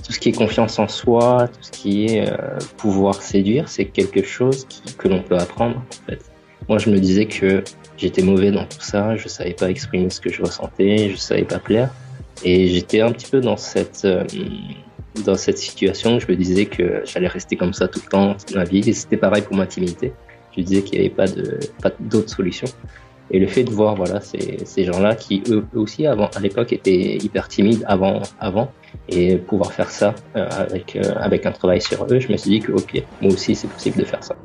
tout ce qui est confiance en soi, tout ce qui est pouvoir séduire, c'est quelque chose que l'on peut apprendre en fait. Moi, je me disais que j'étais mauvais dans tout ça, je savais pas exprimer ce que je ressentais, je savais pas plaire, et j'étais un petit peu dans cette situation où je me disais que j'allais rester comme ça tout le temps, toute ma vie, et c'était pareil pour ma timidité. Je me disais qu'il n'y avait pas d'autre solution. Et le fait de voir voilà ces gens-là qui eux aussi à l'époque étaient hyper timides avant et pouvoir faire ça avec un travail sur eux, je me suis dit que ok, moi aussi c'est possible de faire ça.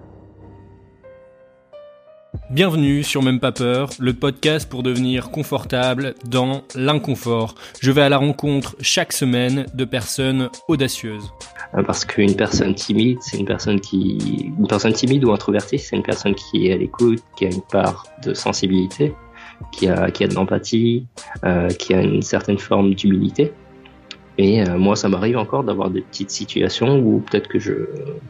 Bienvenue sur Même pas peur, le podcast pour devenir confortable dans l'inconfort. Je vais à la rencontre chaque semaine de personnes audacieuses. Parce qu'une personne timide, c'est une personne timide ou introvertie, c'est une personne qui est à l'écoute, qui a une part de sensibilité, qui a de l'empathie, qui a une certaine forme d'humilité. Et moi, ça m'arrive encore d'avoir des petites situations où peut-être que je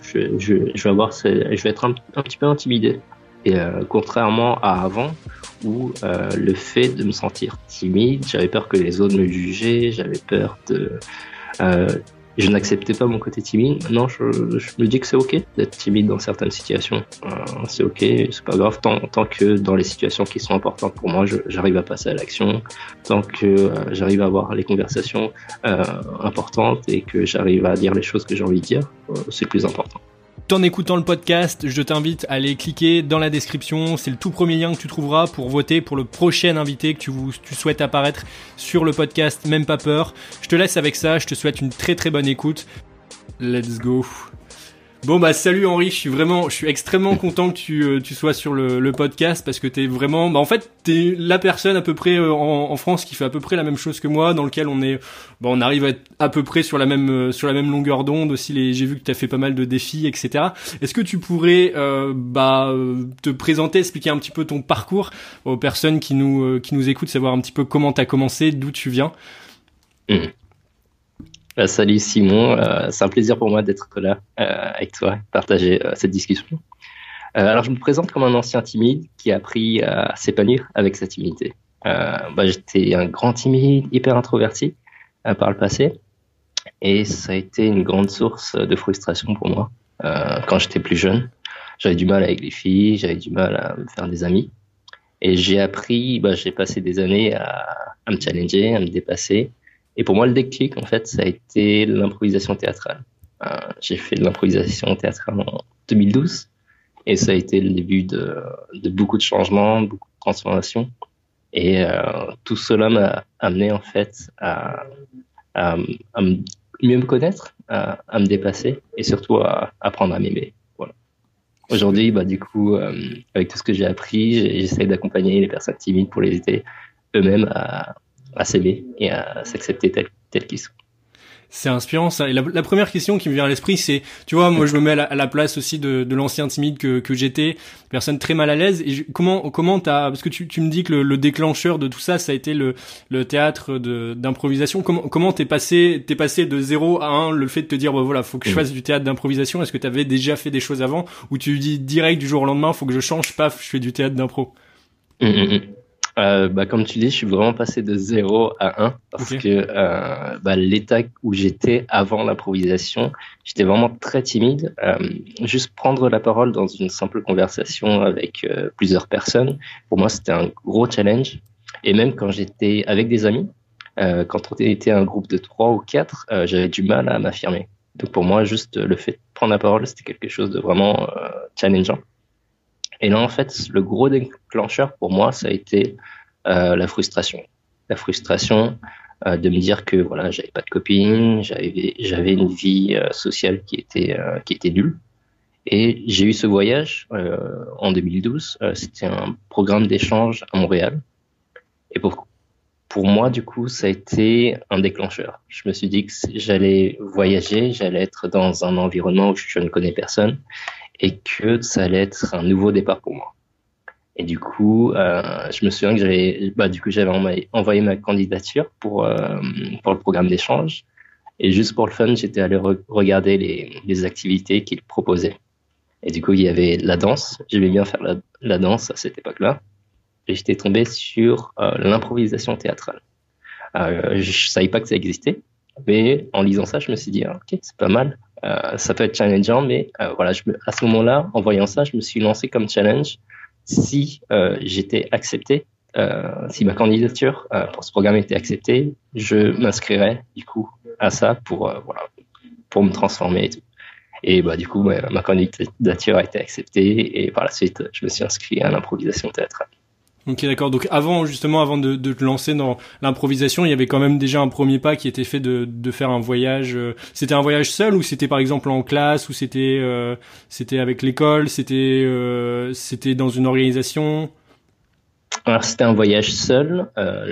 vais être un petit peu intimidé. Et contrairement à avant, où le fait de me sentir timide, j'avais peur que les autres me jugeaient, j'avais peur je n'acceptais pas mon côté timide. Maintenant, je me dis que c'est ok d'être timide dans certaines situations. C'est ok, c'est pas grave tant que dans les situations qui sont importantes pour moi, j'arrive à passer à l'action, tant que j'arrive à avoir les conversations importantes et que j'arrive à dire les choses que j'ai envie de dire, c'est le plus important. En écoutant le podcast, je t'invite à aller cliquer dans la description. C'est le tout premier lien que tu trouveras pour voter pour le prochain invité que tu souhaites apparaître sur le podcast Même pas peur. Je te laisse avec ça. Je te souhaite une très très bonne écoute. Let's go. Bon salut Henri, je suis extrêmement content que tu sois sur le podcast parce que t'es vraiment, en fait t'es la personne à peu près en France qui fait à peu près la même chose que moi, dans lequel on arrive à être à peu près sur la même longueur d'onde aussi. J'ai vu que t'as fait pas mal de défis, etc. Est-ce que tu pourrais te présenter, expliquer un petit peu ton parcours aux personnes qui nous écoutent, savoir un petit peu comment t'as commencé, d'où tu viens. Salut Simon, c'est un plaisir pour moi d'être là avec toi, partager cette discussion. Alors je me présente comme un ancien timide qui a appris à s'épanouir avec sa timidité. J'étais un grand timide, hyper introverti par le passé, et ça a été une grande source de frustration pour moi quand j'étais plus jeune. J'avais du mal avec les filles, j'avais du mal à me faire des amis, et j'ai passé des années à me challenger, à me dépasser. Et pour moi, le déclic, en fait, ça a été l'improvisation théâtrale. J'ai fait de l'improvisation théâtrale en 2012 et ça a été le début de beaucoup de changements, beaucoup de transformations. Et tout cela m'a amené, en fait, à mieux me connaître, à me dépasser et surtout à apprendre à m'aimer. Voilà. Aujourd'hui, avec tout ce que j'ai appris, j'essaie d'accompagner les personnes timides pour les aider eux-mêmes à s'aimer et à s'accepter tel qu'ils sont. C'est inspirant ça. Et la première question qui me vient à l'esprit, c'est, tu vois, moi je me mets à la place aussi de l'ancien timide que j'étais, personne très mal à l'aise. Et comment parce que tu me dis que le déclencheur de tout ça, ça a été le théâtre d'improvisation. Comment t'es passé de 0 à 1, le fait de te dire, faut que je fasse du théâtre d'improvisation. Est-ce que t'avais déjà fait des choses avant, ou tu dis direct du jour au lendemain, faut que je change, paf, je fais du théâtre d'impro? Comme tu dis, je suis vraiment passé de 0 à 1 parce que l'état où j'étais avant l'improvisation, j'étais vraiment très timide. Juste prendre la parole dans une simple conversation avec plusieurs personnes, pour moi, c'était un gros challenge. Et même quand j'étais avec des amis, quand on était un groupe de 3 ou 4, j'avais du mal à m'affirmer. Donc pour moi, juste le fait de prendre la parole, c'était quelque chose de vraiment challengeant. Et là, en fait, le gros déclencheur pour moi, ça a été la frustration. La frustration de me dire que j'avais pas de copine, j'avais une vie sociale qui était nulle. Et j'ai eu ce voyage en 2012. C'était un programme d'échange à Montréal. Et pour moi, du coup, ça a été un déclencheur. Je me suis dit que j'allais voyager, j'allais être dans un environnement où je ne connais personne, et que ça allait être un nouveau départ pour moi. Et du coup, je me souviens que j'avais envoyé ma candidature pour le programme d'échange. Et juste pour le fun, j'étais allé regarder les activités qu'ils proposaient. Et du coup, il y avait la danse. J'aimais bien faire la danse à cette époque-là. Et j'étais tombé sur l'improvisation théâtrale. Je savais pas que ça existait. Mais en lisant ça, je me suis dit, ok, c'est pas mal. Ça peut être challengeant, mais voilà, à ce moment-là, en voyant ça, je me suis lancé comme challenge. Si j'étais accepté, si ma candidature pour ce programme était acceptée, je m'inscrirais du coup à ça voilà, pour me transformer et tout. Et bah du coup, ma candidature a été acceptée et par la suite, je me suis inscrit à l'improvisation théâtrale. Ok, d'accord. Donc avant de te lancer dans l'improvisation, il y avait quand même déjà un premier pas qui était fait de faire un voyage. C'était un voyage seul ou c'était par exemple en classe ou c'était avec l'école, c'était dans une organisation? Alors c'était un voyage seul.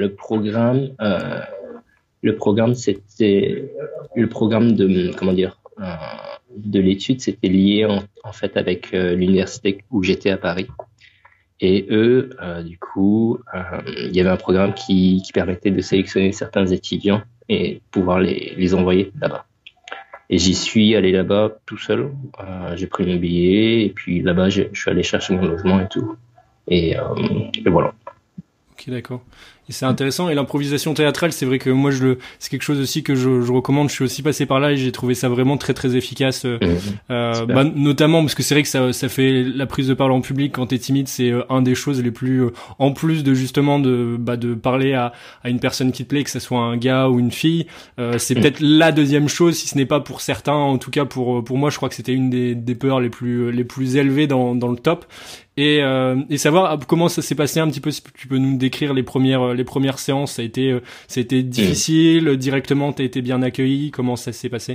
Le programme c'était le programme de comment dire de l'étude, c'était lié en fait avec l'université où j'étais à Paris. Et eux, du coup, il y avait un programme qui permettait de sélectionner certains étudiants et pouvoir les envoyer là-bas. Et j'y suis allé là-bas tout seul. J'ai pris mon billet et puis là-bas, je suis allé chercher mon logement et tout. Et voilà. Ok, d'accord. Et c'est intéressant. Et l'improvisation théâtrale, c'est vrai que moi, c'est quelque chose aussi que je recommande. Je suis aussi passé par là et j'ai trouvé ça vraiment très très efficace. Notamment parce que c'est vrai que ça fait la prise de parole en public quand t'es timide, c'est un des choses les plus, en plus de justement de parler à une personne qui te plaît, que ça soit un gars ou une fille. C'est peut-être la deuxième chose, si ce n'est pas pour certains, en tout cas pour moi, je crois que c'était une des peurs les plus élevées dans le top. Et savoir comment ça s'est passé un petit peu, si tu peux nous décrire les premières séances. Ça a été difficile, directement t'as été bien accueilli, comment ça s'est passé?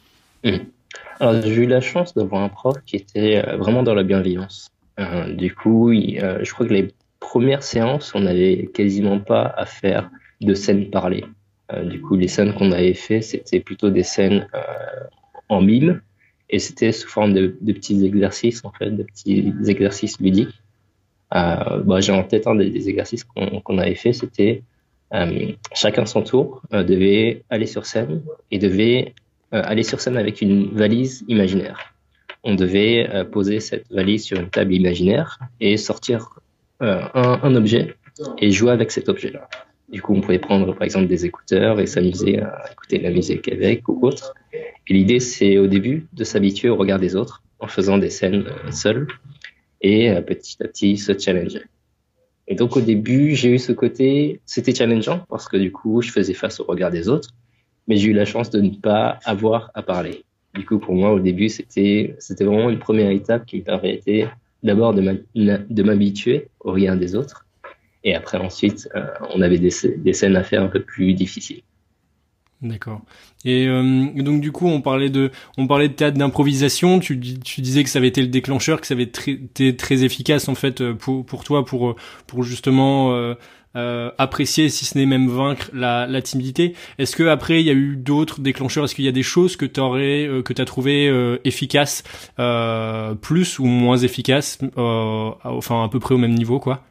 Alors j'ai eu la chance d'avoir un prof qui était vraiment dans la bienveillance. Du coup, je crois que les premières séances, on n'avait quasiment pas à faire de scènes parlées. Du coup, les scènes qu'on avait fait, c'était plutôt des scènes en mime. Et c'était sous forme de petits exercices, en fait, de petits exercices ludiques. J'ai en tête un des exercices qu'on avait fait, c'était chacun son tour devait aller sur scène et devait aller sur scène avec une valise imaginaire. On devait poser cette valise sur une table imaginaire et sortir un objet et jouer avec cet objet-là. Du coup, on pouvait prendre par exemple des écouteurs et s'amuser à écouter de la musique avec ou autre. Et l'idée, c'est au début de s'habituer au regard des autres en faisant des scènes seules et petit à petit se challenger. Et donc au début, j'ai eu ce côté, c'était challengeant parce que du coup, je faisais face au regard des autres, mais j'ai eu la chance de ne pas avoir à parler. Du coup, pour moi, au début, c'était vraiment une première étape qui me permettait d'abord de m'habituer au regard des autres. Et après, ensuite, on avait des scènes à faire un peu plus difficiles. D'accord. Et donc du coup, on parlait de théâtre d'improvisation. Tu disais que ça avait été le déclencheur, que ça avait été très efficace en fait pour toi, pour justement apprécier, si ce n'est même vaincre la timidité. Est-ce que après il y a eu d'autres déclencheurs? Est-ce qu'il y a des choses que t'as trouvé efficaces, plus ou moins efficaces, enfin à peu près au même niveau, quoi?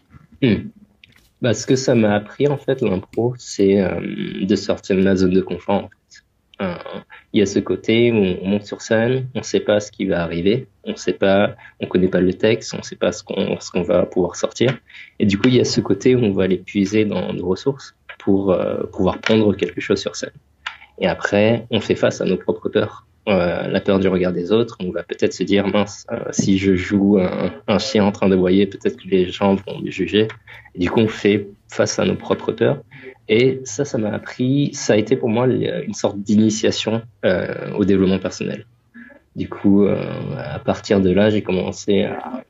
Ce que ça m'a appris, en fait, l'impro, c'est de sortir de ma zone de confort, en fait. Il y a ce côté où on monte sur scène, on ne sait pas ce qui va arriver, on connaît pas le texte, on ne sait pas ce qu'on va pouvoir sortir. Et du coup, il y a ce côté où on va aller puiser dans nos ressources pour pouvoir prendre quelque chose sur scène. Et après, on fait face à nos propres peurs. La peur du regard des autres, on va peut-être se dire, mince, si je joue un chien en train d'aboyer, peut-être que les gens vont me juger. Et du coup, on fait face à nos propres peurs. Et ça m'a appris, ça a été pour moi une sorte d'initiation au développement personnel. Du coup, à partir de là, j'ai commencé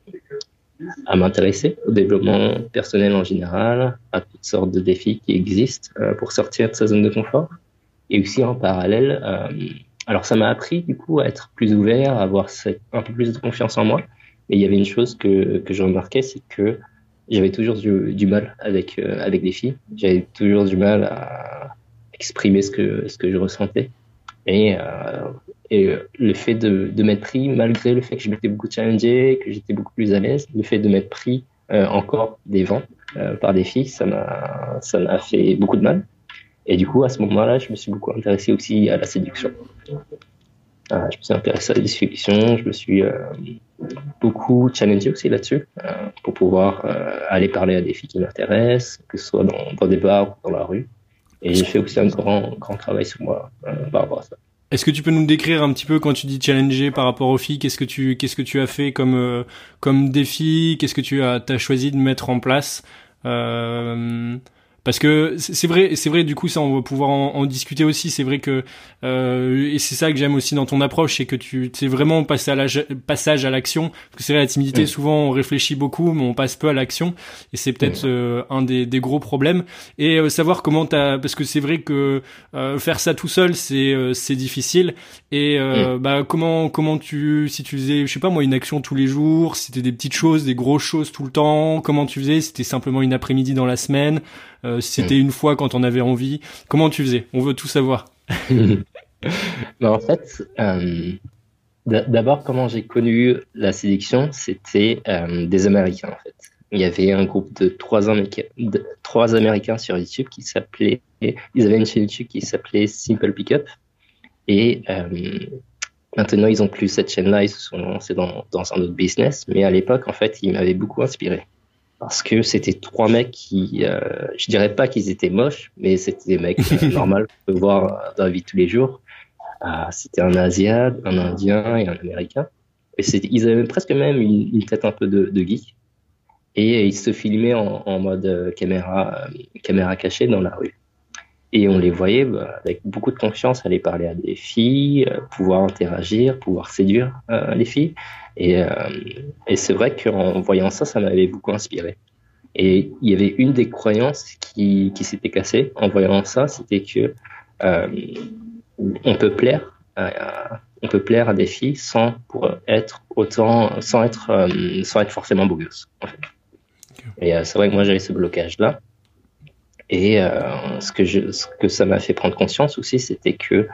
à m'intéresser au développement personnel en général, à toutes sortes de défis qui existent pour sortir de sa zone de confort. Et aussi en parallèle, alors ça m'a appris du coup à être plus ouvert, à avoir un peu plus de confiance en moi. Mais il y avait une chose que je remarquais, c'est que j'avais toujours du mal avec les filles. J'avais toujours du mal à exprimer ce que je ressentais. Et le fait de m'être pris, malgré le fait que je m'étais beaucoup challengé, que j'étais beaucoup plus à l'aise, le fait de m'être pris encore des vents par des filles, ça m'a fait beaucoup de mal. Et du coup, à ce moment-là, je me suis beaucoup intéressé aussi à la séduction. Je me suis intéressé à la séduction, je me suis beaucoup challengé aussi là-dessus pour pouvoir aller parler à des filles qui m'intéressent, que ce soit dans des bars ou dans la rue. Et j'ai fait aussi un grand travail sur moi par rapport à ça. Est-ce que tu peux nous décrire un petit peu quand tu dis challenger par rapport aux filles, qu'est-ce que tu as fait comme défi, qu'est-ce que t'as choisi de mettre en place? Parce que c'est vrai, du coup, ça, on va pouvoir en discuter aussi. C'est vrai que, et c'est ça que j'aime aussi dans ton approche, c'est que c'est vraiment passage à l'action. Parce que c'est vrai, la timidité, souvent, on réfléchit beaucoup, mais on passe peu à l'action. Et c'est peut-être, un des gros problèmes. Et, savoir parce que c'est vrai que, faire ça tout seul, c'est difficile. Et, comment si tu faisais, je sais pas moi, une action tous les jours, si c'était des petites choses, des grosses choses tout le temps, comment tu faisais? C'était simplement une après-midi dans la semaine? Si c'était une fois quand on avait envie, comment tu faisais? On veut tout savoir. En fait, d'abord, comment j'ai connu la séduction, c'était des Américains, en fait. Il y avait un groupe de trois Américains sur YouTube ils avaient une chaîne YouTube qui s'appelait Simple Pickup. Et maintenant, ils ont plus cette chaîne-là, ils se sont lancés dans un autre business. Mais à l'époque, en fait, ils m'avaient beaucoup inspiré. Parce que c'était trois mecs qui, je dirais pas qu'ils étaient moches, mais c'était des mecs normaux qu'on peut voir dans la vie de tous les jours. C'était un Asiate, un Indien et un Américain. Et ils avaient presque même une tête un peu de geek. Et ils se filmaient en mode caméra cachée dans la rue. Et on les voyait avec beaucoup de confiance aller parler à des filles, pouvoir interagir, pouvoir séduire les filles. Et c'est vrai qu'en voyant ça, ça m'avait beaucoup inspiré. Et il y avait une des croyances qui s'était cassée en voyant ça, c'était que on peut plaire à des filles sans être forcément beau gosse, en fait. Et c'est vrai que moi j'avais ce blocage-là. Et ce que ça m'a fait prendre conscience aussi, c'était que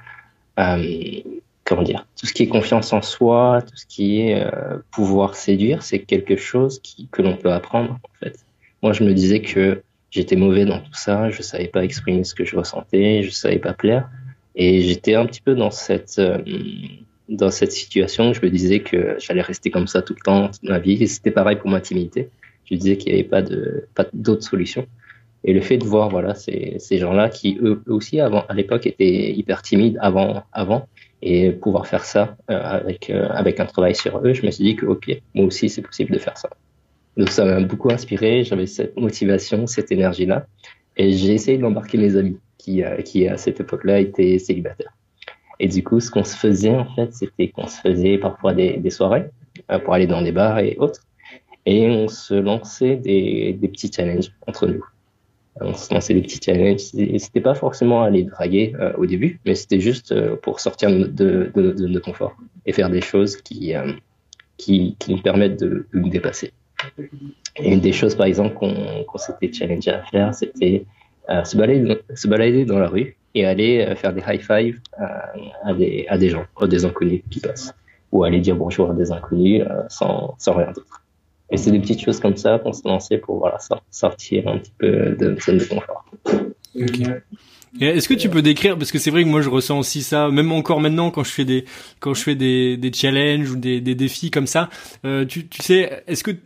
tout ce qui est confiance en soi, tout ce qui est pouvoir séduire, c'est quelque chose que l'on peut apprendre, en fait. Moi, je me disais que j'étais mauvais dans tout ça, je savais pas exprimer ce que je ressentais, je savais pas plaire, et j'étais un petit peu dans cette situation où je me disais que j'allais rester comme ça tout le temps, toute ma vie. Et c'était pareil pour ma timidité. Je disais qu'il n'y avait pas d'autre solution. Et le fait de voir, voilà, ces gens-là qui, eux aussi, à l'époque, étaient hyper timides avant, et pouvoir faire ça avec un travail sur eux, je me suis dit que, ok, moi aussi, c'est possible de faire ça. Donc, ça m'a beaucoup inspiré. J'avais cette motivation, cette énergie-là. Et j'ai essayé d'embarquer mes amis qui, à cette époque-là, étaient célibataires. Et du coup, ce qu'on se faisait, en fait, c'était qu'on se faisait parfois des soirées pour aller dans des bars et autres. Et on se lançait des petits challenges entre nous. On se lançait des petits challenges. C'était pas forcément aller draguer au début, mais c'était juste pour sortir de notre confort et faire des choses qui nous permettent de nous dépasser. Et une des choses, par exemple, qu'on s'était challengé à faire, c'était se balader dans la rue et aller faire des high five à des gens, à des inconnus qui passent, ou aller dire bonjour à des inconnus sans rien d'autre. Et c'est des petites choses comme ça qu'on se lançait pour sortir un petit peu de notre zone de confort. Okay. Et est-ce que tu peux décrire, parce que c'est vrai que moi je ressens aussi ça, même encore maintenant quand je fais des challenges ou des défis comme ça, tu sais,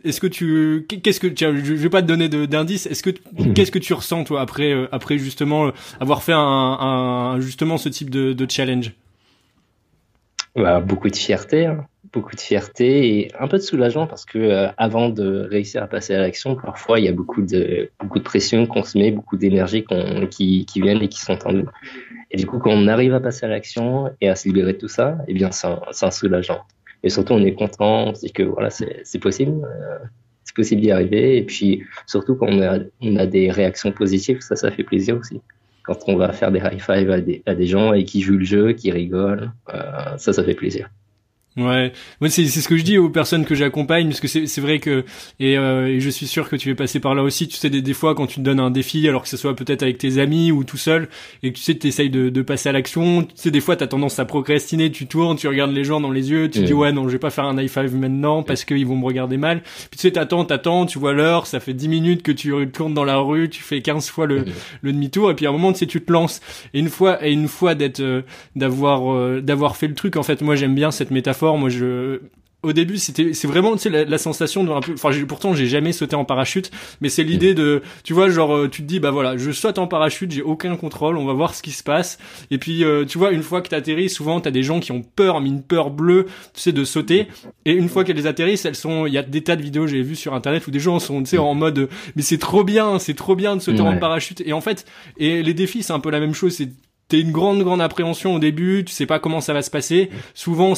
je vais pas te donner d'indices, qu'est-ce que tu ressens toi après justement avoir fait justement ce type de challenge? Beaucoup de fierté, hein. Beaucoup de fierté et un peu de soulagement parce que avant de réussir à passer à l'action, parfois il y a beaucoup de pression qu'on se met, beaucoup d'énergie qui viennent et qui sont en nous. Et du coup, quand on arrive à passer à l'action et à se libérer de tout ça, eh bien c'est un soulagement. Et surtout, on est content, on se dit que voilà, c'est possible d'y arriver. Et puis surtout quand on a des réactions positives, ça fait plaisir aussi. Quand on va faire des high five à des gens et qui jouent le jeu, qui rigolent, ça fait plaisir. Ouais, moi c'est ce que je dis aux personnes que j'accompagne, parce que c'est vrai que et je suis sûr que tu es passé par là aussi. Tu sais, des fois quand tu te donnes un défi, alors que ce soit peut-être avec tes amis ou tout seul, et que tu sais t'essayes de passer à l'action, tu sais, des fois t'as tendance à procrastiner, tu tournes, tu regardes les gens dans les yeux, tu dis ouais non, je vais pas faire un high five maintenant parce qu'ils vont me regarder mal. Puis tu sais, t'attends, tu vois l'heure, ça fait 10 minutes que tu tournes dans la rue, tu fais 15 fois le demi-tour, et puis à un moment tu sais, tu te lances. Et une fois d'avoir fait le truc, en fait, moi j'aime bien cette métaphore. Moi au début, c'est vraiment, tu sais, la sensation de un peu, enfin, pourtant, j'ai jamais sauté en parachute, mais c'est l'idée de, tu vois, genre, tu te dis, bah voilà, je saute en parachute, j'ai aucun contrôle, on va voir ce qui se passe. Et puis, tu vois, une fois que t'atterris, souvent, t'as des gens qui ont peur, mais une peur bleue, tu sais, de sauter. Et une fois qu'elles atterrissent, il y a des tas de vidéos, j'ai vu sur Internet, où des gens sont, tu sais, en mode, mais c'est trop bien de sauter en parachute. Et en fait, et les défis, c'est un peu la même chose, t'as une grande appréhension au début, tu sais pas comment ça va se passer. Souvent,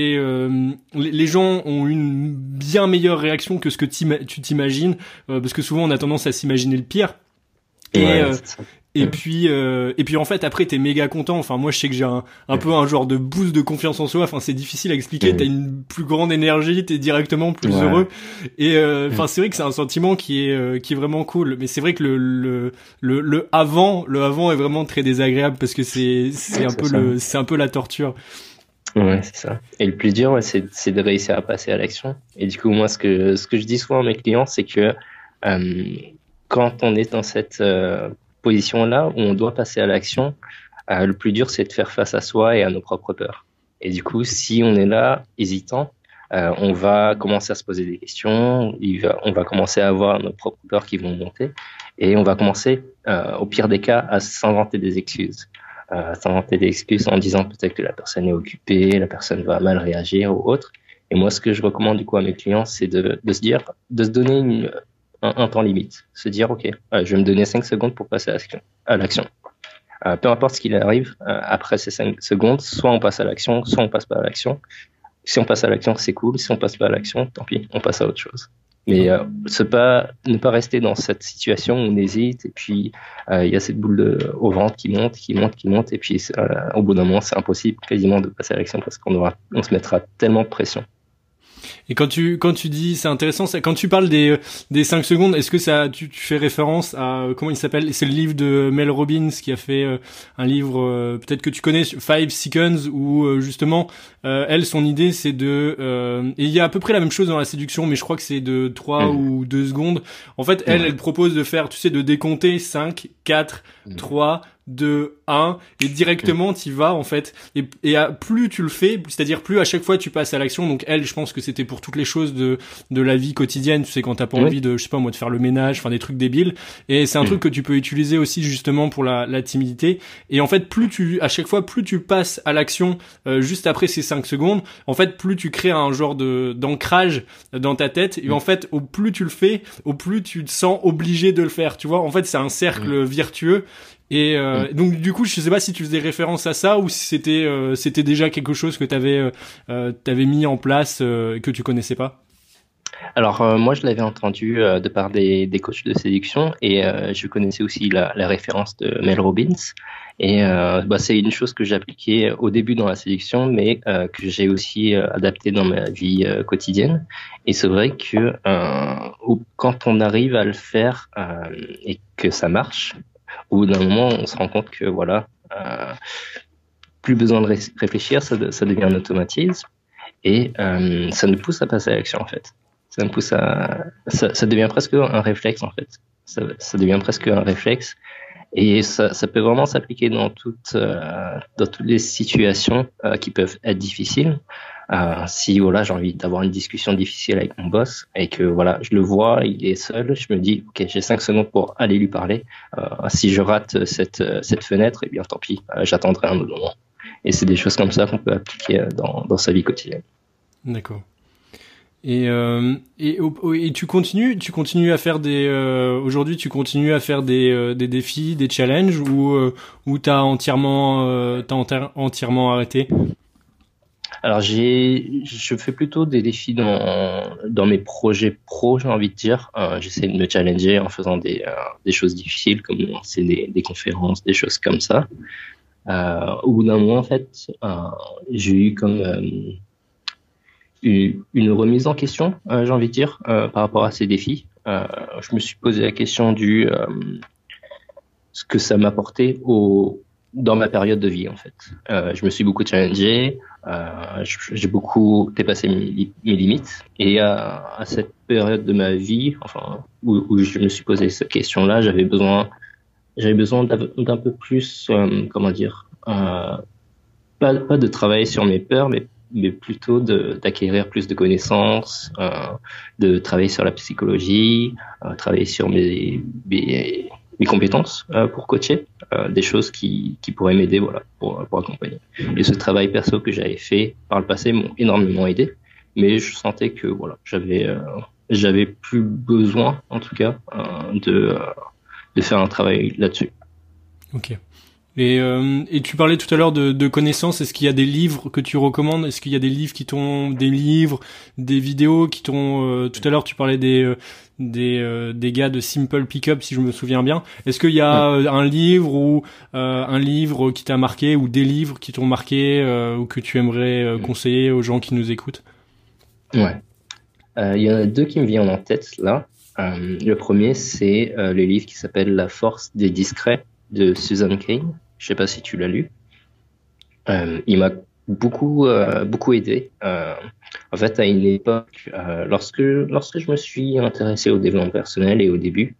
les gens ont une bien meilleure réaction que ce que tu t'imagines, parce que souvent on a tendance à s'imaginer le pire. Et puis en fait après t'es méga content. Enfin moi je sais que j'ai un peu un genre de boost de confiance en soi. Enfin c'est difficile à expliquer. T'as une plus grande énergie, t'es directement plus heureux. Et enfin c'est vrai que c'est un sentiment qui est vraiment cool. Mais c'est vrai que le avant est vraiment très désagréable parce que c'est un peu la torture. Ouais, c'est ça. Et le plus dur, c'est de réussir à passer à l'action. Et du coup moi ce que je dis souvent à mes clients, c'est que quand on est dans cette position-là où on doit passer à l'action, le plus dur, c'est de faire face à soi et à nos propres peurs. Et du coup, si on est là, hésitant, on va commencer à se poser des questions, on va commencer à avoir nos propres peurs qui vont monter, et on va commencer, au pire des cas, à s'inventer des excuses. S'inventer des excuses en disant peut-être que la personne est occupée, la personne va mal réagir ou autre. Et moi, ce que je recommande du coup à mes clients, c'est de se donner un temps limite, se dire ok, je vais me donner 5 secondes pour passer à l'action. Peu importe ce qu'il arrive, après ces 5 secondes, soit on passe à l'action, soit on passe pas à l'action. Si on passe à l'action, c'est cool. Si on passe pas à l'action, tant pis, on passe à autre chose. Mais ne pas rester dans cette situation où on hésite et puis il y a cette boule au ventre qui monte et puis au bout d'un moment, c'est impossible quasiment de passer à l'action parce on se mettra tellement de pression. Et quand tu dis, c'est intéressant, quand tu parles des 5 secondes, est-ce que tu fais référence à, comment il s'appelle? C'est le livre de Mel Robbins qui a fait un livre, peut-être que tu connais, 5 Seconds, où justement, elle, son idée, c'est et il y a à peu près la même chose dans la séduction, mais je crois que c'est de 3 ou 2 secondes. En fait, elle propose de faire, tu sais, de décompter 5, 4, 3, 2, 1 et directement t'y vas en fait et plus tu le fais, c'est-à-dire plus à chaque fois tu passes à l'action. Donc elle, je pense que c'était pour toutes les choses de la vie quotidienne, tu sais, quand t'as pas envie de, je sais pas moi, de faire le ménage, enfin des trucs débiles, et c'est un truc que tu peux utiliser aussi justement pour la timidité. Et en fait à chaque fois plus tu passes à l'action juste après ces 5 secondes, en fait plus tu crées un genre d'ancrage dans ta tête, et en fait au plus tu le fais, au plus tu te sens obligé de le faire, tu vois. En fait c'est un cercle vertueux. Et donc du coup, je sais pas si tu faisais référence à ça ou si c'était déjà quelque chose que t'avais mis en place que tu connaissais pas. Alors moi, je l'avais entendu de par des coachs de séduction et je connaissais aussi la référence de Mel Robbins. Et c'est une chose que j'appliquais au début dans la séduction, mais que j'ai aussi adapté dans ma vie quotidienne. Et c'est vrai que quand on arrive à le faire et que ça marche, au bout d'un moment, on se rend compte que voilà, plus besoin de réfléchir, ça devient un automatisme et ça nous pousse à passer à l'action en fait. Ça devient presque un réflexe en fait. Ça devient presque un réflexe et ça peut vraiment s'appliquer dans toutes les situations qui peuvent être difficiles. Si voilà, j'ai envie d'avoir une discussion difficile avec mon boss et que voilà, je le vois, il est seul, je me dis ok, j'ai 5 secondes pour aller lui parler. Si je rate cette fenêtre, eh bien tant pis, j'attendrai un autre moment. Et c'est des choses comme ça qu'on peut appliquer dans sa vie quotidienne. D'accord. Et tu continues à faire aujourd'hui tu continues à faire des défis, des challenges ou t'as entièrement arrêté? Alors je fais plutôt des défis dans mes projets pro, j'ai envie de dire. J'essaie de me challenger en faisant des choses difficiles comme lancer des conférences, des choses comme ça. Au bout d'un moment en fait, j'ai eu comme une remise en question, j'ai envie de dire, par rapport à ces défis. Je me suis posé la question ce que ça m'apportait dans ma période de vie, en fait. Je me suis beaucoup challengé, j'ai beaucoup dépassé mes limites, et à cette période de ma vie, enfin, où je me suis posé cette question-là, j'avais besoin d'un peu plus, comment dire, pas de travailler sur mes peurs, mais mais plutôt d'acquérir plus de connaissances, de travailler sur la psychologie, travailler sur mes compétences pour coacher, des choses qui pourraient m'aider, voilà, pour accompagner. Et ce travail perso que j'avais fait par le passé m'ont énormément aidé, mais je sentais que voilà, j'avais plus besoin, en tout cas, de faire un travail là-dessus. Ok. Et tu parlais tout à l'heure de connaissances. Est-ce qu'il y a des livres que tu recommandes? Est-ce qu'il y a des livres des vidéos qui t'ont tout à l'heure tu parlais des gars de Simple Pickup, si je me souviens bien. Est-ce qu'il y a un livre ou un livre qui t'a marqué, ou des livres qui t'ont marqué, ou que tu aimerais conseiller aux gens qui nous écoutent? Ouais. Il y en a deux qui me viennent en tête là. Le premier, c'est le livre qui s'appelle La force des discrets de Susan Cain. Je sais pas si tu l'as lu. Il m'a beaucoup aidé. En fait, à une époque, lorsque je me suis intéressé au développement personnel et au début,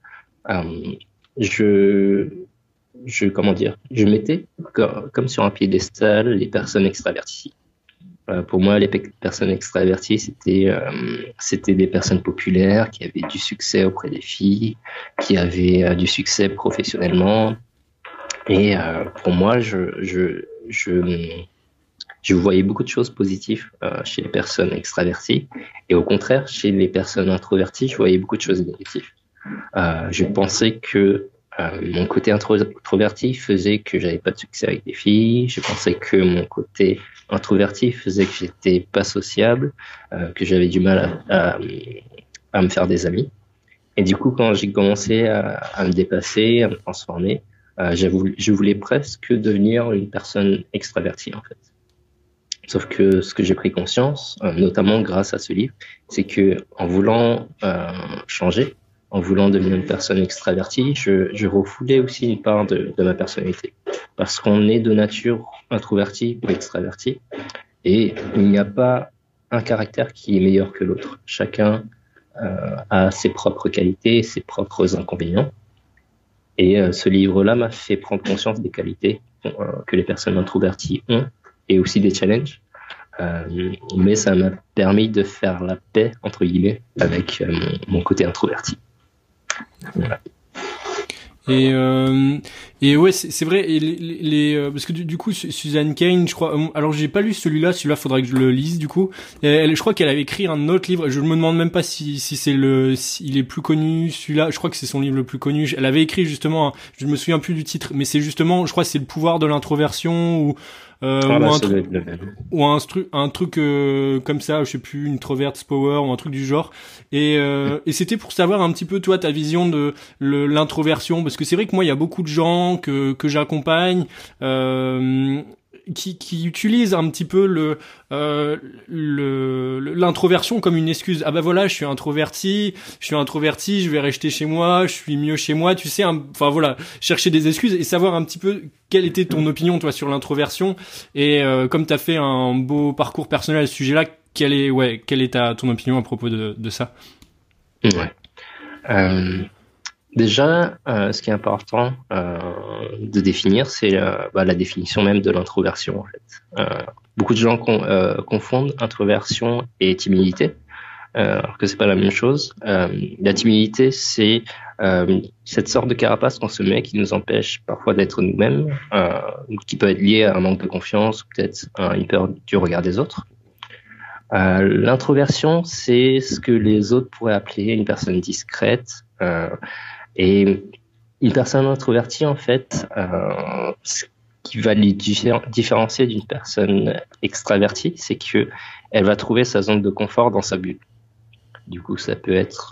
je mettais comme sur un piédestal les personnes extraverties. Pour moi, les personnes extraverties, c'était des personnes populaires qui avaient du succès auprès des filles, qui avaient du succès professionnellement. Et pour moi, je voyais beaucoup de choses positives chez les personnes extraverties, et au contraire, chez les personnes introverties, je voyais beaucoup de choses négatives. Je pensais que mon côté introverti faisait que j'avais pas de succès avec les filles. Je pensais que mon côté introverti faisait que j'étais pas sociable, que j'avais du mal à me faire des amis. Et du coup, quand j'ai commencé à me dépasser, à me transformer, je voulais presque devenir une personne extravertie, en fait. Sauf que ce que j'ai pris conscience, notamment grâce à ce livre, c'est que en voulant changer, en voulant devenir une personne extravertie, je refoulais aussi une part de ma personnalité. Parce qu'on est de nature introverti ou extraverti, et il n'y a pas un caractère qui est meilleur que l'autre. Chacun a ses propres qualités, ses propres inconvénients. Et ce livre-là m'a fait prendre conscience des qualités que les personnes introverties ont, et aussi des challenges. Mais ça m'a permis de faire la paix, entre guillemets, avec mon côté introverti. Voilà. Et ouais, c'est vrai. Et parce que du coup, Susan Cain, je crois. Alors, j'ai pas lu celui-là. Celui-là, faudrait que je le lise. Du coup, je crois qu'elle avait écrit un autre livre. Je me demande même pas si il est plus connu. Celui-là, je crois que c'est son livre le plus connu. Elle avait écrit justement. Je me souviens plus du titre, mais c'est justement, je crois, que c'est le pouvoir de l'introversion ou un truc comme ça, je sais plus, une Introvert's Power ou un truc du genre. Et c'était pour savoir un petit peu toi ta vision de l'introversion, parce que c'est vrai que moi il y a beaucoup de gens que j'accompagne qui utilisent un petit peu l'introversion comme une excuse. Ah bah voilà, je suis introverti, je vais rester chez moi, je suis mieux chez moi, tu sais, enfin voilà, chercher des excuses et savoir un petit peu quelle était ton opinion toi sur l'introversion. Et comme tu as fait un beau parcours personnel à ce sujet-là, quelle est ton opinion à propos de ça? Ouais. Déjà, ce qui est important de définir, c'est la définition même de l'introversion, en fait. Beaucoup de gens confondent introversion et timidité, alors que c'est pas la même chose. La timidité, c'est cette sorte de carapace qu'on se met qui nous empêche parfois d'être nous-mêmes, qui peut être lié à un manque de confiance ou peut-être à une peur du regard des autres. L'introversion, c'est ce que les autres pourraient appeler une personne discrète. Et une personne introvertie, en fait, ce qui va les différencier d'une personne extravertie, c'est que elle va trouver sa zone de confort dans sa bulle. Du coup, ça peut être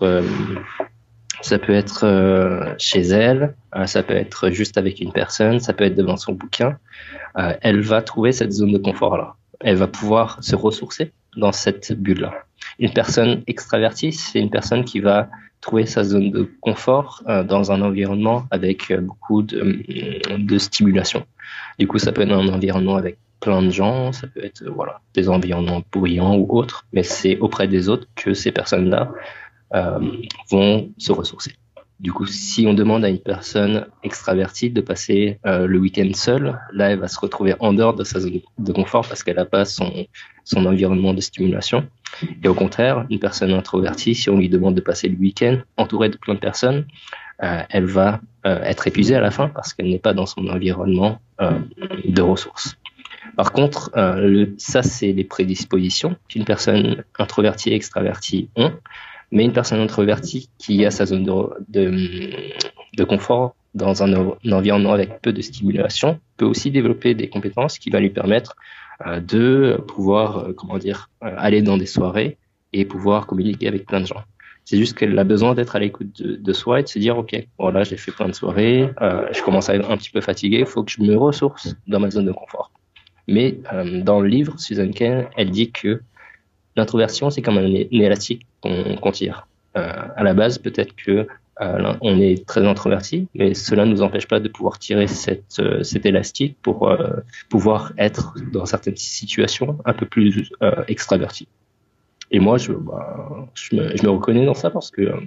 chez elle, ça peut être juste avec une personne, ça peut être devant son bouquin. Elle va trouver cette zone de confort-là. Elle va pouvoir se ressourcer dans cette bulle-là. Une personne extravertie, c'est une personne qui va trouver sa zone de confort dans un environnement avec beaucoup de stimulation. Du coup, ça peut être un environnement avec plein de gens, ça peut être des environnements bruyants ou autres, mais c'est auprès des autres que ces personnes-là vont se ressourcer. Du coup, si on demande à une personne extravertie de passer le week-end seule, là, elle va se retrouver en dehors de sa zone de confort parce qu'elle n'a pas son environnement de stimulation. Et au contraire, une personne introvertie, si on lui demande de passer le week-end entourée de plein de personnes, elle va être épuisée à la fin parce qu'elle n'est pas dans son environnement de ressources. Par contre, ça, c'est les prédispositions qu'une personne introvertie et extravertie ont. Mais une personne introvertie qui a sa zone de confort dans un environnement avec peu de stimulation peut aussi développer des compétences qui vont lui permettre de pouvoir, aller dans des soirées et pouvoir communiquer avec plein de gens. C'est juste qu'elle a besoin d'être à l'écoute de soi et de se dire, OK, voilà, j'ai fait plein de soirées, je commence à être un petit peu fatigué, il faut que je me ressource dans ma zone de confort. Mais dans le livre, Susan Cain, elle dit que l'introversion, c'est comme un élastique qu'on tire. À la base, peut-être que on est très introverti, mais cela ne nous empêche pas de pouvoir tirer cet élastique pour pouvoir être dans certaines situations un peu plus extraverti. Et moi, je me reconnais dans ça parce que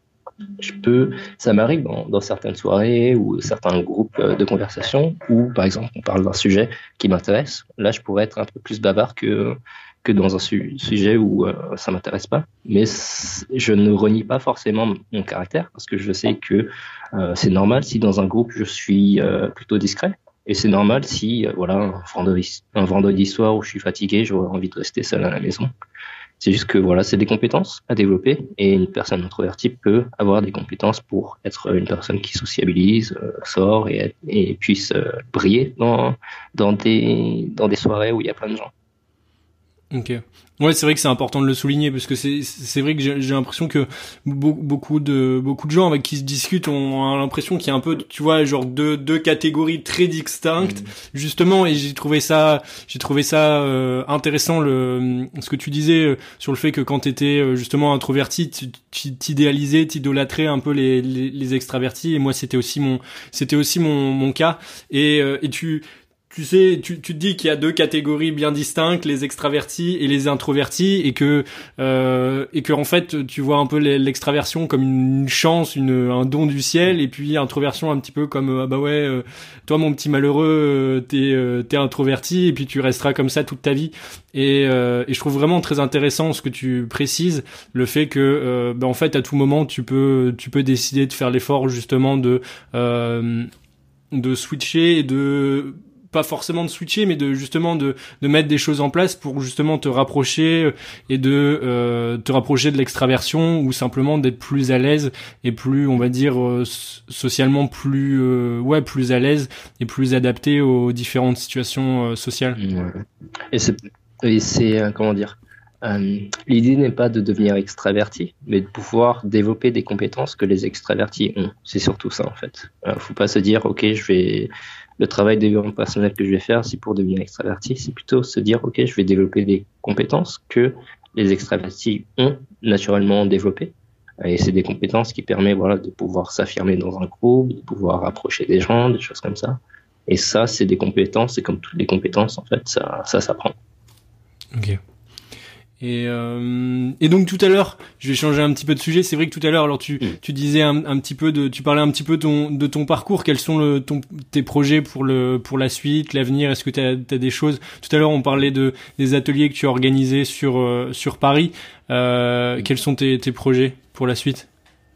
ça m'arrive dans certaines soirées ou certains groupes de conversation où, par exemple, on parle d'un sujet qui m'intéresse. Là, je pourrais être un peu plus bavard que dans un sujet où ça m'intéresse pas. Mais je ne renie pas forcément mon caractère parce que je sais que c'est normal si dans un groupe je suis plutôt discret. Et c'est normal si, un vendredi soir où je suis fatigué, j'aurais envie de rester seul à la maison. C'est juste que voilà, c'est des compétences à développer et une personne introvertie peut avoir des compétences pour être une personne qui sociabilise, sort et puisse briller dans des soirées où il y a plein de gens. Ok. Ouais, c'est vrai que c'est important de le souligner parce que c'est vrai que j'ai l'impression que beaucoup de gens avec qui se discutent ont l'impression qu'il y a un peu, tu vois, genre deux catégories très distinctes justement, et j'ai trouvé ça intéressant ce que tu disais sur le fait que quand t'étais justement introverti, tu t'idolâtrais un peu les extravertis, et moi c'était aussi mon cas, et tu sais, tu te dis qu'il y a deux catégories bien distinctes, les extravertis et les introvertis, et que en fait tu vois un peu l'extraversion comme une chance, un don du ciel, et puis introversion un petit peu comme toi mon petit malheureux, t'es introverti et puis tu resteras comme ça toute ta vie. Et je trouve vraiment très intéressant ce que tu précises, le fait que en fait à tout moment tu peux décider de faire l'effort justement de switcher et de pas forcément de switcher, mais de mettre des choses en place pour justement te rapprocher et te rapprocher de l'extraversion, ou simplement d'être plus à l'aise et plus, on va dire, socialement plus à l'aise et plus adapté aux différentes situations sociales. Et c'est comment dire, l'idée n'est pas de devenir extraverti, mais de pouvoir développer des compétences que les extravertis ont. C'est surtout ça en fait. Faut pas se dire ok, le travail de développement personnel que je vais faire, c'est pour devenir extraverti. C'est plutôt se dire, OK, je vais développer des compétences que les extravertis ont naturellement développées. Et c'est des compétences qui permettent, de pouvoir s'affirmer dans un groupe, de pouvoir approcher des gens, des choses comme ça. Et ça, c'est des compétences, c'est comme toutes les compétences, en fait, ça s'apprend. Ok. Et donc tout à l'heure, je vais changer un petit peu de sujet. C'est vrai que tout à l'heure, alors tu disais un petit peu tu parlais un petit peu de ton parcours. Quels sont tes projets pour la suite, l'avenir? Est-ce que t'as des choses? Tout à l'heure, on parlait des ateliers que tu as organisés sur Paris. Quels sont tes projets pour la suite?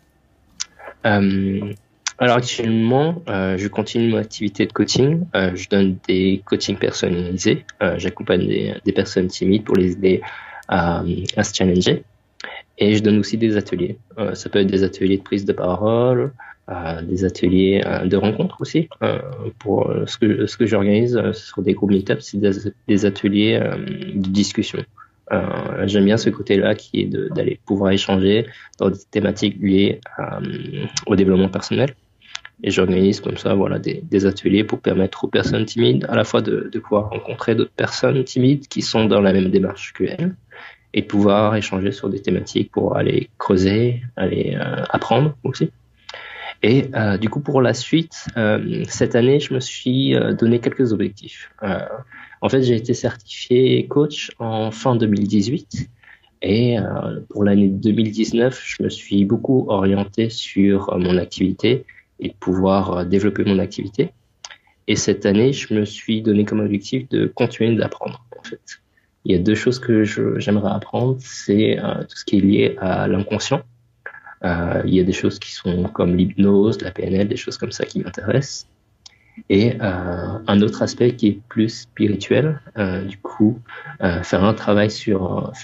Alors actuellement, je continue mon activité de coaching. Je donne des coachings personnalisés. J'accompagne des personnes timides pour les aider à se challenger, et je donne aussi des ateliers. Ça peut être des ateliers de prise de parole, des ateliers de rencontre aussi. Pour ce que j'organise sur des groupes meetup, c'est des ateliers de discussion. J'aime bien ce côté-là qui est d'aller pouvoir échanger dans des thématiques liées au développement personnel. Et j'organise comme ça, des ateliers pour permettre aux personnes timides à la fois de pouvoir rencontrer d'autres personnes timides qui sont dans la même démarche qu'elles, et de pouvoir échanger sur des thématiques pour aller creuser, aller apprendre aussi. Et du coup, pour la suite, cette année, je me suis donné quelques objectifs. En fait, j'ai été certifié coach en fin 2018. Et pour l'année 2019, je me suis beaucoup orienté sur mon activité et pouvoir développer mon activité. Et cette année, je me suis donné comme objectif de continuer d'apprendre, en fait. Il y a deux choses que j'aimerais apprendre, c'est tout ce qui est lié à l'inconscient. Il y a des choses qui sont comme l'hypnose, la PNL, des choses comme ça qui m'intéressent. Et un autre aspect qui est plus spirituel, du coup, faire un travail sur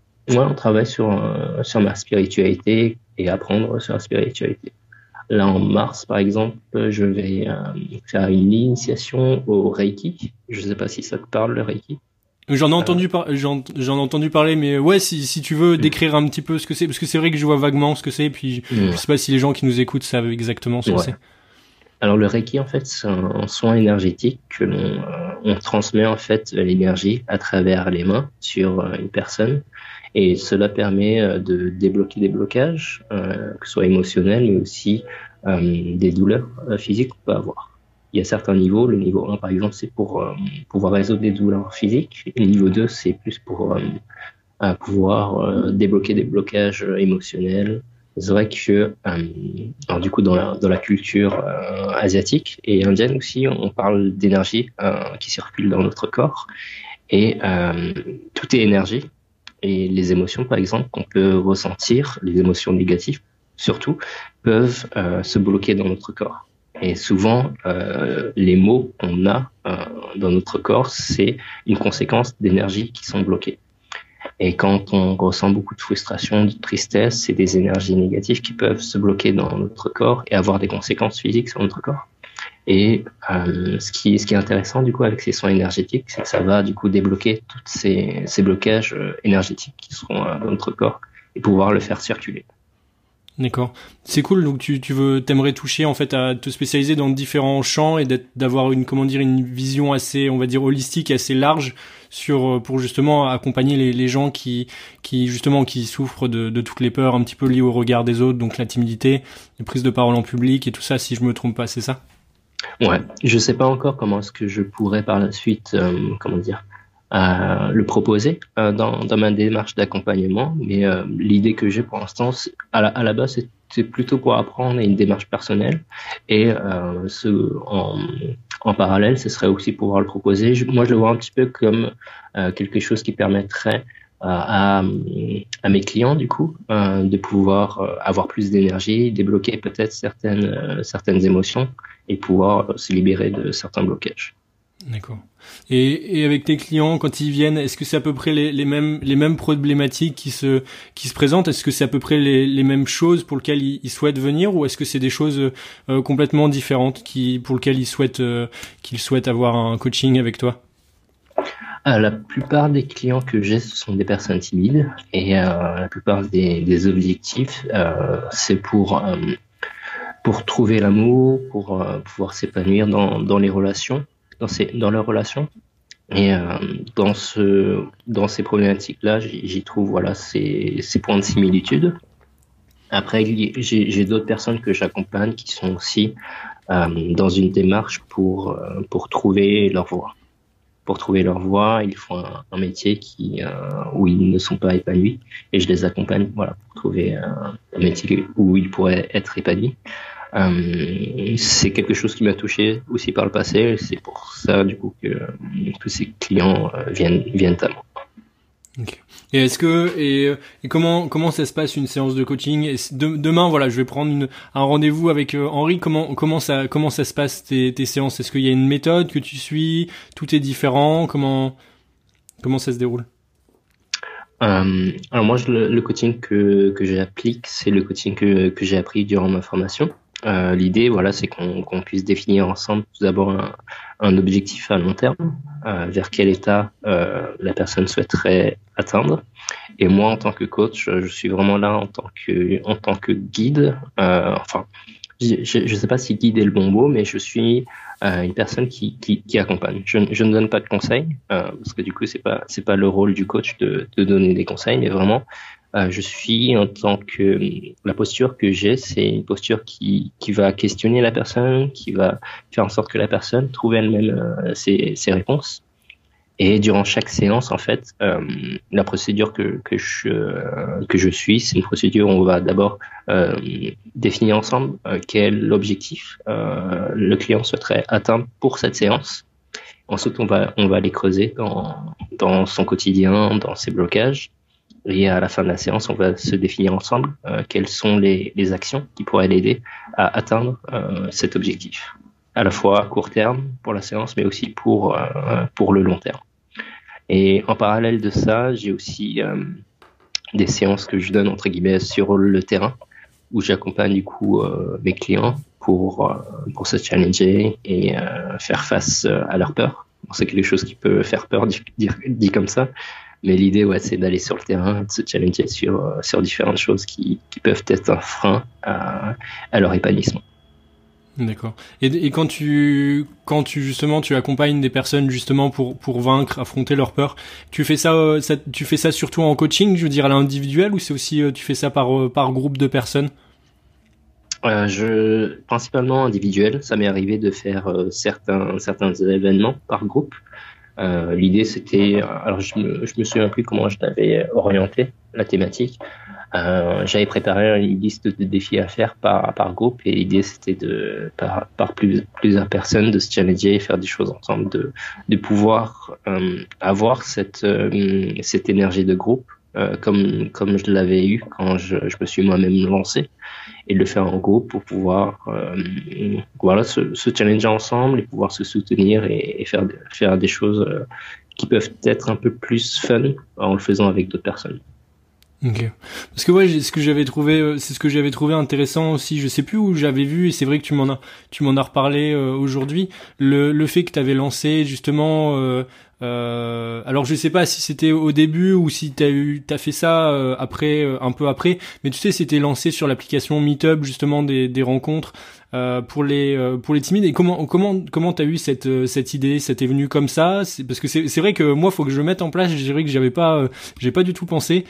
sur ma spiritualité et apprendre sur la spiritualité. Là, en mars, par exemple, je vais faire une initiation au Reiki. Je ne sais pas si ça te parle, le Reiki. J'en ai entendu parler, mais ouais, si tu veux décrire un petit peu ce que c'est, parce que c'est vrai que je vois vaguement ce que c'est, puis je sais pas si les gens qui nous écoutent savent exactement ce que c'est. Alors le Reiki, en fait, c'est un soin énergétique que on transmet en fait l'énergie à travers les mains sur une personne, et cela permet de débloquer des blocages, que ce soit émotionnels, mais aussi des douleurs physiques qu'on peut avoir. Il y a certains niveaux. Le niveau 1, par exemple, c'est pour pouvoir résoudre des douleurs physiques. Et le niveau 2, c'est plus pour pouvoir débloquer des blocages émotionnels. C'est vrai que, alors du coup, dans la culture asiatique et indienne aussi, on parle d'énergie qui circule dans notre corps. Et tout est énergie. Et les émotions, par exemple, qu'on peut ressentir, les émotions négatives surtout, peuvent se bloquer dans notre corps. Et souvent, les mots qu'on a dans notre corps, c'est une conséquence d'énergies qui sont bloquées. Et quand on ressent beaucoup de frustration, de tristesse, c'est des énergies négatives qui peuvent se bloquer dans notre corps et avoir des conséquences physiques sur notre corps. Et ce qui est intéressant du coup avec ces soins énergétiques, c'est que ça va du coup débloquer tous ces blocages énergétiques qui seront dans notre corps et pouvoir le faire circuler. D'accord. C'est cool. Donc t'aimerais toucher en fait à te spécialiser dans différents champs et d'avoir une vision assez, on va dire, holistique, assez large pour justement accompagner les gens qui souffrent de toutes les peurs un petit peu liées au regard des autres, donc la timidité, les prises de parole en public et tout ça, si je me trompe pas, c'est ça? Ouais. Je sais pas encore comment est-ce que je pourrais par la suite, le proposer dans ma démarche d'accompagnement, mais l'idée que j'ai pour l'instant, à la base, c'est plutôt pour apprendre et une démarche personnelle, et en parallèle, ce serait aussi pouvoir le proposer. Moi, je le vois un petit peu comme quelque chose qui permettrait à mes clients, du coup, de pouvoir avoir plus d'énergie, débloquer peut-être certaines émotions et pouvoir se libérer de certains blocages. D'accord. Et avec tes clients, quand ils viennent, est-ce que c'est à peu près les mêmes problématiques qui se présentent? Est-ce que c'est à peu près les mêmes choses pour lesquelles ils souhaitent venir, ou est-ce que c'est des choses complètement différentes pour lesquelles ils souhaitent avoir un coaching avec toi? La plupart des clients que j'ai, ce sont des personnes timides, et la plupart des objectifs, c'est pour trouver l'amour, pour pouvoir s'épanouir dans les relations. Dans leurs relations, et dans ces problématiques-là, j'y trouve ces points de similitude. Après, j'ai d'autres personnes que j'accompagne qui sont aussi dans une démarche pour trouver leur voie. Pour trouver leur voie, ils font un métier où ils ne sont pas épanouis, et je les accompagne pour trouver un métier où ils pourraient être épanouis. C'est quelque chose qui m'a touché aussi par le passé. C'est pour ça du coup que tous ces clients viennent à moi. Okay. Et comment ça se passe une séance de coaching? Et demain, je vais prendre un rendez-vous avec Henri. Comment ça se passe tes séances? Est-ce qu'il y a une méthode que tu suis? Tout est différent? Comment ça se déroule? Alors moi, le coaching que j'applique, c'est le coaching que j'ai appris durant ma formation. L'idée, c'est qu'on puisse définir ensemble tout d'abord un objectif à long terme, vers quel état la personne souhaiterait atteindre. Et moi, en tant que coach, je suis vraiment là en tant que guide. Je sais pas si guide est le bon mot, mais je suis une personne qui accompagne. Je ne donne pas de conseils, parce que du coup, c'est pas le rôle du coach de donner des conseils, mais vraiment, je suis la posture que j'ai, c'est une posture qui va questionner la personne, qui va faire en sorte que la personne trouve elle-même ses réponses. Et durant chaque séance, en fait, la procédure que je suis, c'est une procédure où on va d'abord définir ensemble quel objectif le client souhaiterait atteindre pour cette séance. Ensuite, on va les creuser dans son quotidien, dans ses blocages. Et à la fin de la séance, on va se définir ensemble quelles sont les actions qui pourraient l'aider à atteindre cet objectif, à la fois à court terme pour la séance, mais aussi pour le long terme. Et en parallèle de ça, j'ai aussi des séances que je donne entre guillemets sur le terrain, où j'accompagne du coup mes clients pour se challenger et faire face à leur peur. Bon, c'est quelque chose qui peut faire peur dit comme ça, mais l'idée c'est d'aller sur le terrain, de se challenger sur différentes choses qui peuvent être un frein à leur épanouissement. D'accord. Et quand tu justement tu accompagnes des personnes justement pour vaincre, affronter leur peur, tu fais ça surtout en coaching, je veux dire à l'individuel, ou c'est aussi tu fais ça par groupe de personnes? Principalement individuel. Ça m'est arrivé de faire certains événements par groupe. L'idée c'était, alors je me souviens plus comment je l'avais orienté la thématique. J'avais préparé une liste de défis à faire par groupe, et l'idée c'était par plusieurs personnes de se challenger et faire des choses ensemble, de pouvoir avoir cette énergie de groupe comme je l'avais eu quand je me suis moi-même lancé, et de le faire en groupe pour pouvoir se challenger ensemble et pouvoir se soutenir et faire des choses qui peuvent être un peu plus fun en le faisant avec d'autres personnes. Ok. Parce que c'est ce que j'avais trouvé intéressant aussi. Je sais plus où j'avais vu, et c'est vrai que tu m'en as reparlé aujourd'hui. Le fait que tu avais lancé justement. Alors je sais pas si c'était au début ou si t'as fait ça après, un peu après. Mais tu sais, c'était lancé sur l'application Meetup, justement des rencontres pour les timides. Et comment t'as eu cette idée? Ça t'est venu comme ça? Parce que c'est vrai que moi, faut que je le mette en place. Je dirais que j'ai pas du tout pensé.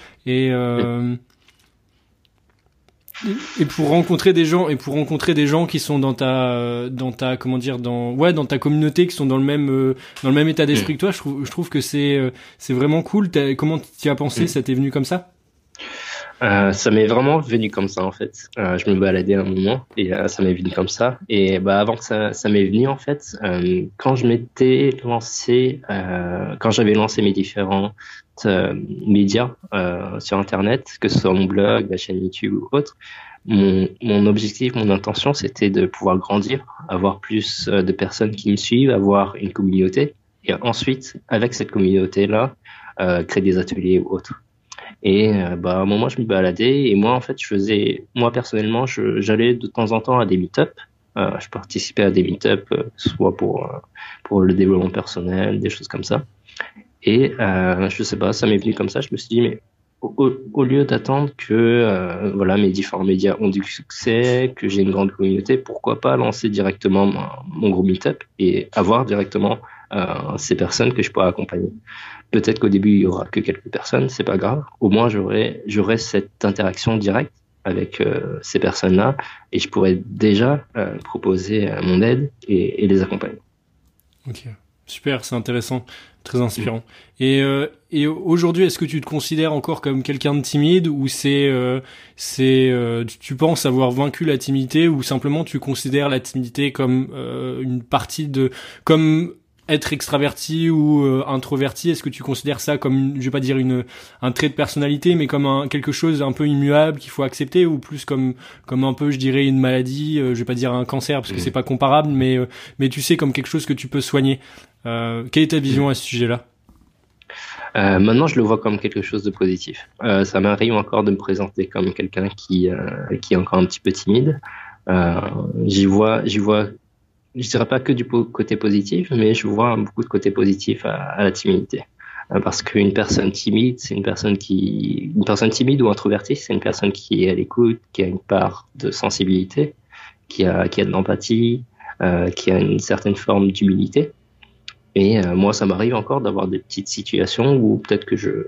Et pour rencontrer des gens qui sont dans ta comment dire, dans ta communauté, qui sont dans le même état d'esprit que toi, je trouve que c'est vraiment cool. Comment t'y as pensé? Ça t'est venu comme ça? Ça m'est vraiment venu comme ça en fait. Je me baladais un moment et ça m'est venu comme ça. Et avant que ça m'est venu en fait, quand j'avais lancé mes différents médias sur Internet, que ce soit mon blog, ma chaîne YouTube ou autre, mon objectif, mon intention, c'était de pouvoir grandir, avoir plus de personnes qui me suivent, avoir une communauté, et ensuite, avec cette communauté-là, créer des ateliers ou autres. Et à un moment, je me baladais, et moi, en fait, moi personnellement, j'allais de temps en temps à des meet-up. Je participais à des meet-up, soit pour le développement personnel, des choses comme ça. Et je sais pas, ça m'est venu comme ça. Je me suis dit, mais au lieu d'attendre que mes différents médias ont du succès, que j'ai une grande communauté, pourquoi pas lancer directement mon gros meet-up et avoir directement ces personnes que je pourrais accompagner. Peut-être qu'au début il y aura que quelques personnes, c'est pas grave. Au moins j'aurai cette interaction directe avec ces personnes-là, et je pourrais déjà proposer mon aide et les accompagner. Ok. Super, c'est intéressant, très inspirant. Et aujourd'hui, est-ce que tu te considères encore comme quelqu'un de timide, ou tu penses avoir vaincu la timidité, ou simplement tu considères la timidité comme une partie comme être extraverti ou introverti? Est-ce que tu considères ça comme, je vais pas dire un trait de personnalité, mais comme quelque chose un peu immuable qu'il faut accepter, ou plus comme un peu, je dirais, une maladie, je vais pas dire un cancer parce que c'est pas comparable, mais tu sais, comme quelque chose que tu peux soigner. Quelle est ta vision à ce sujet-là? Maintenant, je le vois comme quelque chose de positif. Ça m'arrive encore de me présenter comme quelqu'un qui est encore un petit peu timide. J'y vois, je dirais pas que du côté positif, mais je vois beaucoup de côté positif à la timidité. Parce qu'une personne timide, une personne timide ou introvertie, c'est une personne qui est à l'écoute, qui a une part de sensibilité, qui a de l'empathie, qui a une certaine forme d'humilité. Et moi, ça m'arrive encore d'avoir des petites situations où peut-être que je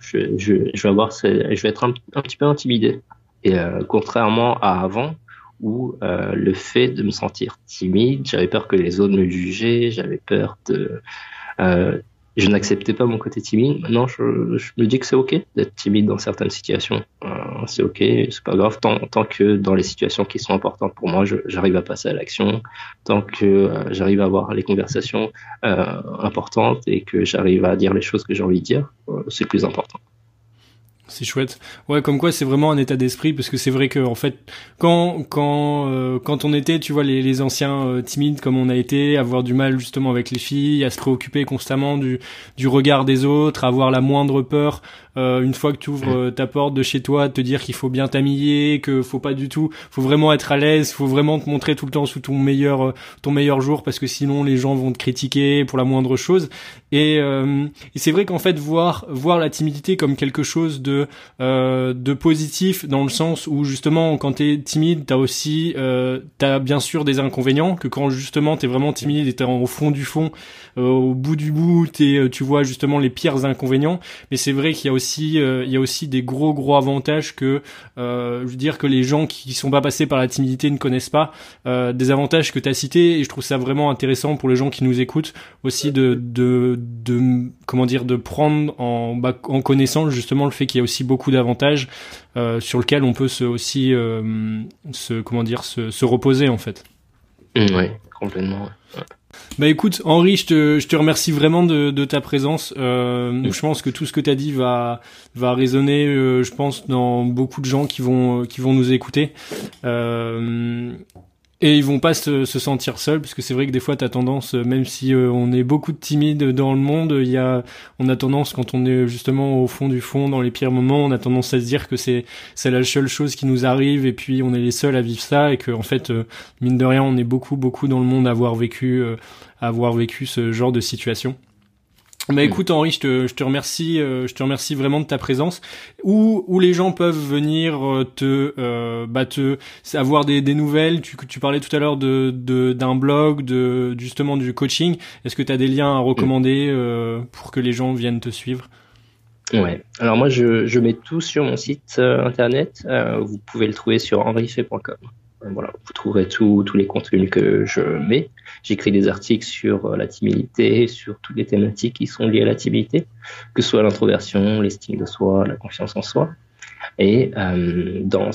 vais être un petit peu intimidé. Et contrairement à avant, où le fait de me sentir timide, j'avais peur que les autres me jugeaient, j'avais peur je n'acceptais pas mon côté timide. Maintenant, je me dis que c'est ok d'être timide dans certaines situations. C'est ok, c'est pas grave tant que dans les situations qui sont importantes pour moi, j'arrive à passer à l'action, tant que j'arrive à avoir les conversations importantes et que j'arrive à dire les choses que j'ai envie de dire, c'est plus important. C'est chouette. Ouais, comme quoi c'est vraiment un état d'esprit, parce que c'est vrai que en fait quand on était, tu vois, les anciens timides comme on a été, avoir du mal justement avec les filles, à se préoccuper constamment du regard des autres, avoir la moindre peur une fois que tu ouvres ta porte de chez toi, te dire qu'il faut bien t'habiller, que faut vraiment être à l'aise, faut vraiment te montrer tout le temps sous ton meilleur jour, parce que sinon les gens vont te critiquer pour la moindre chose. Et c'est vrai qu'en fait voir la timidité comme quelque chose de positif, dans le sens où justement quand t'es timide, t'as bien sûr des inconvénients, que quand justement t'es vraiment timide et t'es au fond du fond, au bout du bout, tu vois justement les pires inconvénients. Mais c'est vrai qu'il y a aussi des gros avantages que je veux dire que les gens qui sont pas passés par la timidité ne connaissent pas, des avantages que t'as cités, et je trouve ça vraiment intéressant pour les gens qui nous écoutent aussi de prendre en connaissance justement le fait qu'il y a aussi beaucoup d'avantages sur lesquels on peut se reposer en fait. Oui, complètement. Ouais. Bah écoute, Henri, je te remercie vraiment de ta présence. Je pense que tout ce que t'as dit va résonner, je pense, dans beaucoup de gens qui vont nous écouter. Et ils vont pas se sentir seuls, parce que c'est vrai que des fois t'as tendance, même si on est beaucoup de timides dans le monde, on a tendance, quand on est justement au fond du fond, dans les pires moments, on a tendance à se dire que c'est la seule chose qui nous arrive, et puis on est les seuls à vivre ça, et que en fait mine de rien on est beaucoup dans le monde à avoir vécu ce genre de situation. Bah écoute Henri, je te remercie vraiment de ta présence. Où les gens peuvent venir avoir des nouvelles. Tu parlais tout à l'heure d'un blog, justement du coaching. Est-ce que tu as des liens à recommander pour que les gens viennent te suivre? Ouais. Alors moi je mets tout sur mon site internet. Vous pouvez le trouver sur henrifay.com. Voilà, vous trouverez tous les contenus que je mets. J'écris des articles sur la timidité, sur toutes les thématiques qui sont liées à la timidité, que ce soit l'introversion, l'estime de soi, la confiance en soi. Et dans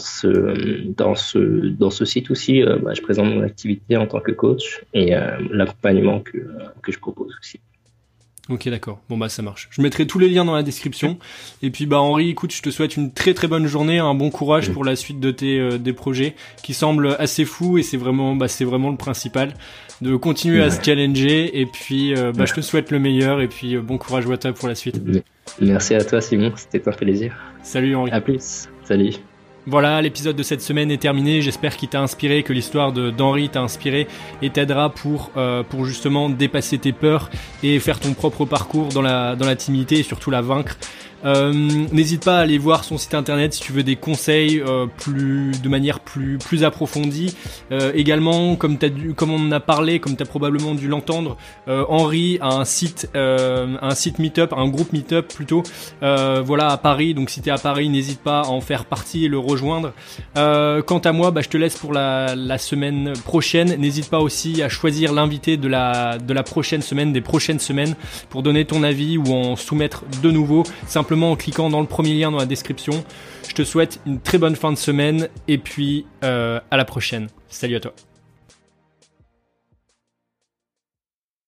ce site aussi, je présente mon activité en tant que coach et l'accompagnement que je propose aussi. Ok, d'accord. Bon bah ça marche. Je mettrai tous les liens dans la description. Et puis bah Henri, écoute, je te souhaite une très très bonne journée, un bon courage pour la suite de des projets qui semblent assez fous, et c'est vraiment le principal, de continuer à se challenger. Et puis je te souhaite le meilleur, et puis bon courage à toi pour la suite. Merci à toi Simon, c'était un plaisir. Salut Henri. À plus. Salut. Voilà, l'épisode de cette semaine est terminé. J'espère qu'il t'a inspiré, que l'histoire d'Henri t'a inspiré et t'aidera pour justement dépasser tes peurs et faire ton propre parcours dans la timidité, et surtout la vaincre. N'hésite pas à aller voir son site internet si tu veux des conseils de manière plus approfondie. Également, comme on en a parlé, comme t'as probablement dû l'entendre, Henri a un site Meetup, un groupe Meetup plutôt, à Paris. Donc si t'es à Paris, n'hésite pas à en faire partie et le rejoindre. Quant à moi, je te laisse pour la semaine prochaine. N'hésite pas aussi à choisir l'invité de la prochaine semaine, des prochaines semaines, pour donner ton avis ou en soumettre de nouveau, simplement en cliquant dans le premier lien dans la description. Je te souhaite une très bonne fin de semaine, et puis à la prochaine. Salut à toi.